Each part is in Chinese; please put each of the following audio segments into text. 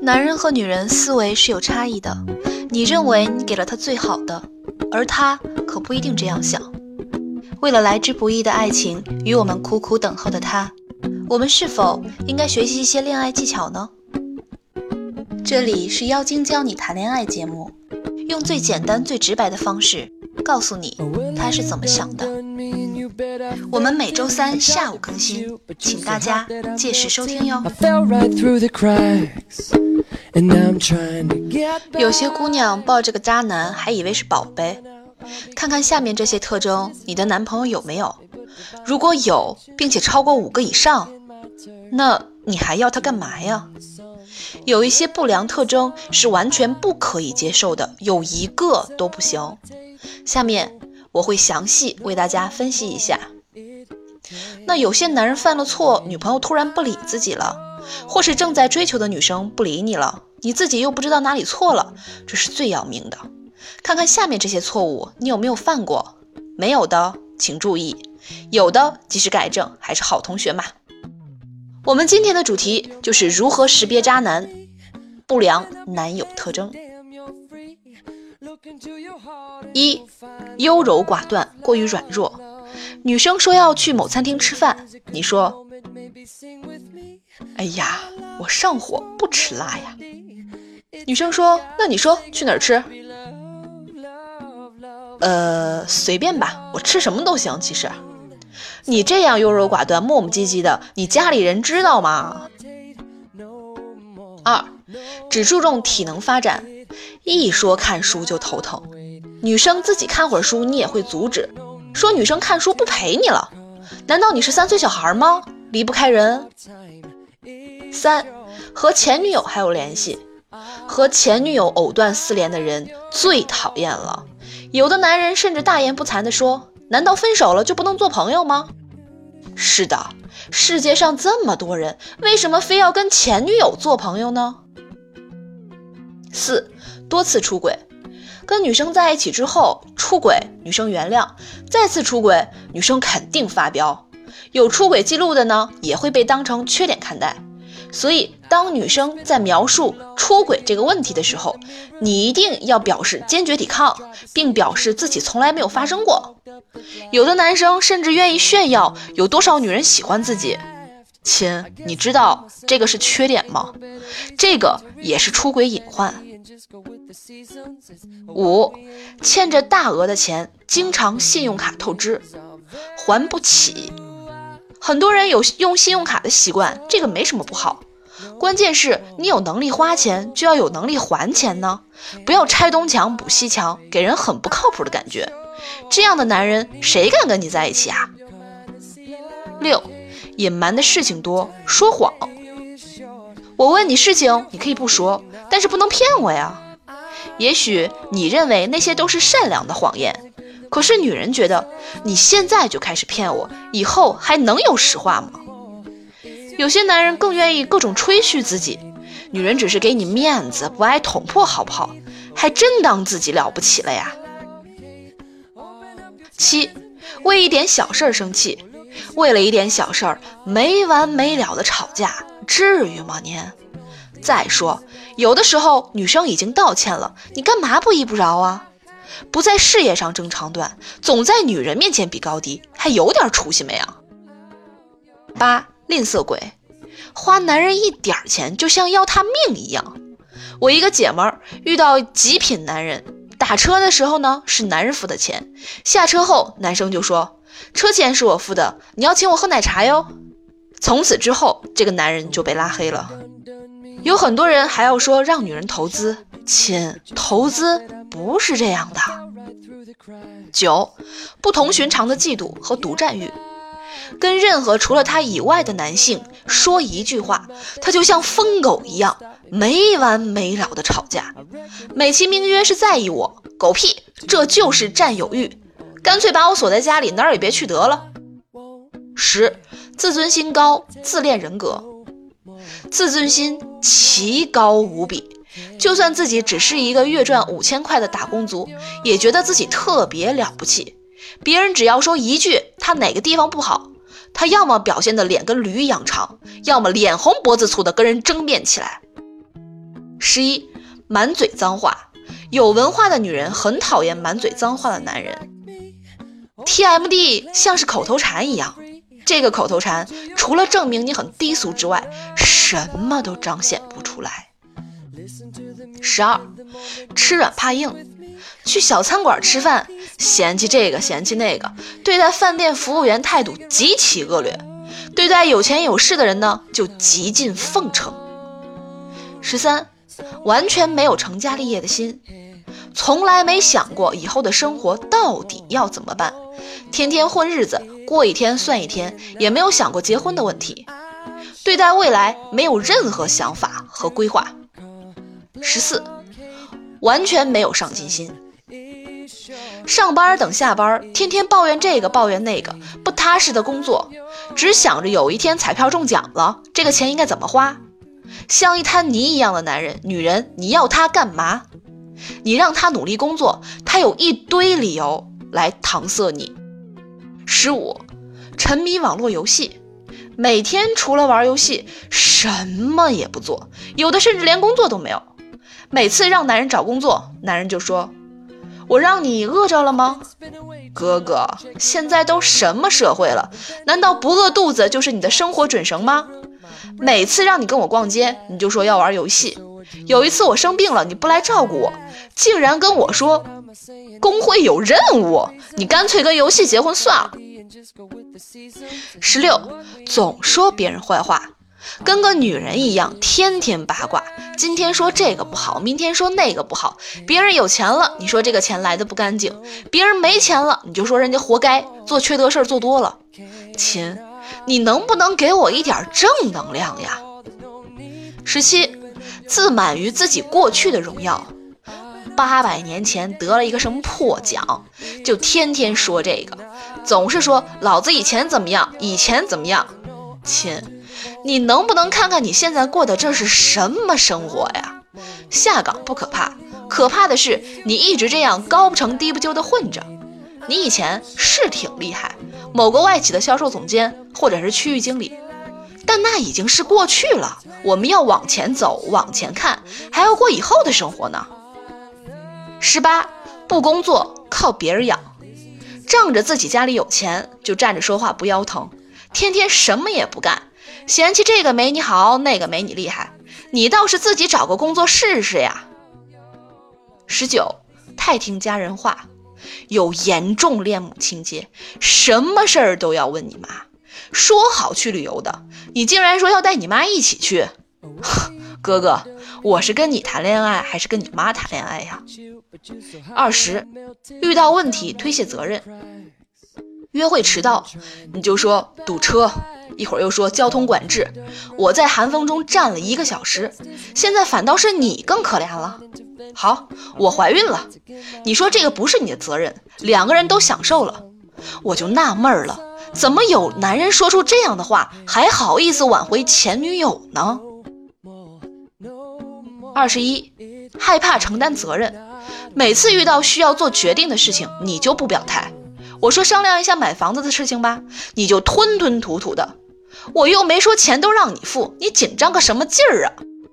男人和女人思维是有差异的，你认为你给了他最好的，而他可不一定这样想。为了来之不易的爱情与我们苦苦等候的他，我们是否应该学习一些恋爱技巧呢？这里是妖精教你谈恋爱节目，用最简单最直白的方式告诉你他是怎么想的。我们每周三下午更新，请大家届时收听哟。有些姑娘抱这个渣男还以为是宝贝，看看下面这些特征，你的男朋友有没有？如果有，并且超过5个以上，那你还要他干嘛呀？有一些不良特征是完全不可以接受的，有1个都不行。下面我会详细为大家分析一下。那有些男人犯了错，女朋友突然不理自己了，或是正在追求的女生不理你了，你自己又不知道哪里错了，这是最要命的。看看下面这些错误，你有没有犯过？没有的请注意，有的及时改正，还是好同学嘛。我们今天的主题就是如何识别渣男不良男友特征。1. 优柔寡断，过于软弱。女生说要去某餐厅吃饭，你说哎呀我上火不吃辣呀。女生说那你说去哪儿吃？随便吧，我吃什么都行。其实你这样优柔寡断磨磨唧唧的，你家里人知道吗？2. 只注重体能发展，一说看书就头疼。女生自己看会儿书你也会阻止，说女生看书不陪你了，难道你是3岁小孩吗？离不开人。3. 和前女友还有联系，和前女友藕断丝连的人最讨厌了。有的男人甚至大言不惭地说，难道分手了就不能做朋友吗？是的，世界上这么多人，为什么非要跟前女友做朋友呢？4. 多次出轨，跟女生在一起之后出轨，女生原谅，再次出轨，女生肯定发飙。有出轨记录的呢，也会被当成缺点看待。所以当女生在描述出轨这个问题的时候，你一定要表示坚决抵抗，并表示自己从来没有发生过。有的男生甚至愿意炫耀有多少女人喜欢自己。亲，你知道这个是缺点吗？这个也是出轨隐患。5. 欠着大额的钱，经常信用卡透支，还不起。很多人有用信用卡的习惯，这个没什么不好，关键是你有能力花钱就要有能力还钱呢，不要拆东墙补西墙，给人很不靠谱的感觉。这样的男人谁敢跟你在一起啊？6. 隐瞒的事情多，说谎。我问你事情你可以不说，但是不能骗我呀。也许你认为那些都是善良的谎言，可是女人觉得你现在就开始骗我，以后还能有实话吗？有些男人更愿意各种吹嘘自己，女人只是给你面子，不爱捅破好不好？还真当自己了不起了呀。7. 为一点小事生气，为了一点小事没完没了的吵架，至于吗您？再说有的时候女生已经道歉了，你干嘛不依不饶啊？不在事业上争长短，总在女人面前比高低，还有点出息没啊？8. 吝啬鬼，花男人一点钱就像要他命一样。我一个姐们儿遇到极品男人，打车的时候呢是男人付的钱，下车后男生就说车钱是我付的，你要请我喝奶茶哟。从此之后这个男人就被拉黑了。有很多人还要说让女人投资，亲，投资不是这样的。9. 不同寻常的嫉妒和独占欲，跟任何除了他以外的男性说一句话，他就像疯狗一样没完没了的吵架，美其名曰是在意我，狗屁，这就是占有欲，干脆把我锁在家里，哪儿也别去得了。10. 自尊心高，自恋人格，自尊心奇高无比，就算自己只是一个月赚5000块的打工族，也觉得自己特别了不起。别人只要说一句他哪个地方不好，他要么表现的脸跟驴一样长，要么脸红脖子粗的跟人争辩起来。 11，满嘴脏话。有文化的女人很讨厌满嘴脏话的男人。TMD 像是口头禅一样，这个口头禅除了证明你很低俗之外，什么都彰显不出来。12，吃软怕硬。去小餐馆吃饭，嫌弃这个嫌弃那个，对待饭店服务员态度极其恶劣，对待有钱有势的人呢，就极尽奉承。13，完全没有成家立业的心，从来没想过以后的生活到底要怎么办，天天混日子，过一天算一天，也没有想过结婚的问题，对待未来没有任何想法和规划。14，完全没有上进心，上班等下班，天天抱怨这个抱怨那个，不踏实的工作，只想着有一天彩票中奖了，这个钱应该怎么花。像一滩泥一样的男人，女人你要他干嘛？你让他努力工作，他有一堆理由来搪塞你。15，沉迷网络游戏，每天除了玩游戏什么也不做，有的甚至连工作都没有。每次让男人找工作，男人就说，我让你饿着了吗？哥哥，现在都什么社会了，难道不饿肚子就是你的生活准绳吗？每次让你跟我逛街，你就说要玩游戏。有一次我生病了，你不来照顾我，竟然跟我说工会有任务，你干脆跟游戏结婚算了。16，总说别人坏话，跟个女人一样，天天八卦，今天说这个不好，明天说那个不好。别人有钱了，你说这个钱来的不干净；别人没钱了，你就说人家活该，做缺德事儿做多了。亲，你能不能给我一点正能量呀？17，自满于自己过去的荣耀，800年前得了一个什么破奖，就天天说这个，总是说老子以前怎么样，以前怎么样。亲，你能不能看看你现在过的这是什么生活呀？下岗不可怕，可怕的是你一直这样高不成低不就的混着。你以前是挺厉害，某个外企的销售总监或者是区域经理，但那已经是过去了，我们要往前走，往前看，还要过以后的生活呢。18，不工作靠别人养，仗着自己家里有钱就站着说话不腰疼，天天什么也不干，嫌弃这个没你好，那个没你厉害，你倒是自己找个工作试试呀。19，太听家人话，有严重恋母情节，什么事儿都要问你妈，说好去旅游的，你竟然说要带你妈一起去。哥哥，我是跟你谈恋爱还是跟你妈谈恋爱呀？20，遇到问题推卸责任，约会迟到你就说堵车，一会儿又说交通管制，我在寒风中站了1个小时，现在反倒是你更可怜了。好，我怀孕了，你说这个不是你的责任，2个人都享受了，我就纳闷了，怎么有男人说出这样的话，还好意思挽回前女友呢？21，害怕承担责任，每次遇到需要做决定的事情，你就不表态。我说商量一下买房子的事情吧，你就吞吞吐吐的。我又没说钱都让你付，你紧张个什么劲儿啊？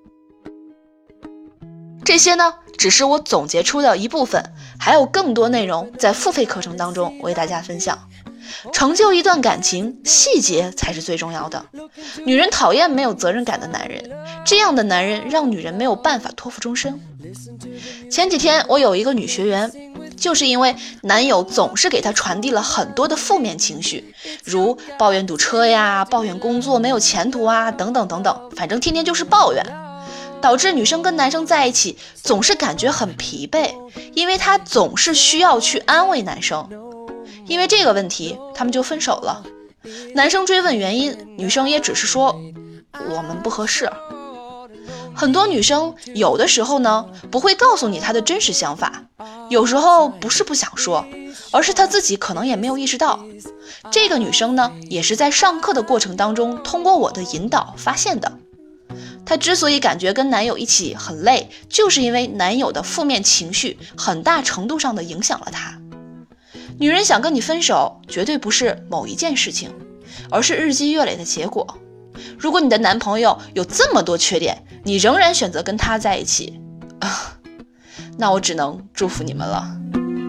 这些呢，只是我总结出的一部分，还有更多内容在付费课程当中为大家分享。成就一段感情，细节才是最重要的。女人讨厌没有责任感的男人，这样的男人让女人没有办法托付终身。前几天我有一个女学员，就是因为男友总是给她传递了很多的负面情绪，如抱怨堵车呀，抱怨工作没有前途啊，等等等等，反正天天就是抱怨，导致女生跟男生在一起总是感觉很疲惫，因为她总是需要去安慰男生。因为这个问题，他们就分手了。男生追问原因，女生也只是说我们不合适。很多女生有的时候呢，不会告诉你她的真实想法，有时候不是不想说，而是她自己可能也没有意识到。这个女生呢，也是在上课的过程当中，通过我的引导发现的。她之所以感觉跟男友一起很累，就是因为男友的负面情绪很大程度上的影响了她。女人想跟你分手，绝对不是某一件事情，而是日积月累的结果。 如果你的男朋友有这么多缺点，你仍然选择跟他在一起，那我只能祝福你们了。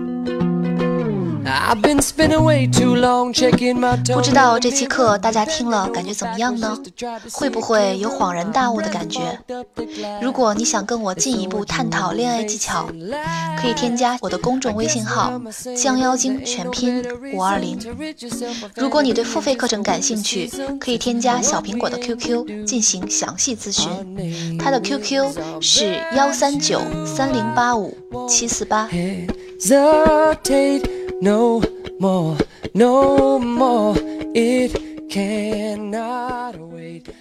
不知道这期课大家听了感觉怎么样呢？会不会有恍然大悟的感觉？如果你想跟我进一步探讨恋爱技巧，可以添加我的公众微信号将妖精全拼520。如果你对付费课程感兴趣，可以添加小苹果的 QQ 进行详细咨询，他的 QQ 是139-308-5748。No more, no more, it cannot wait.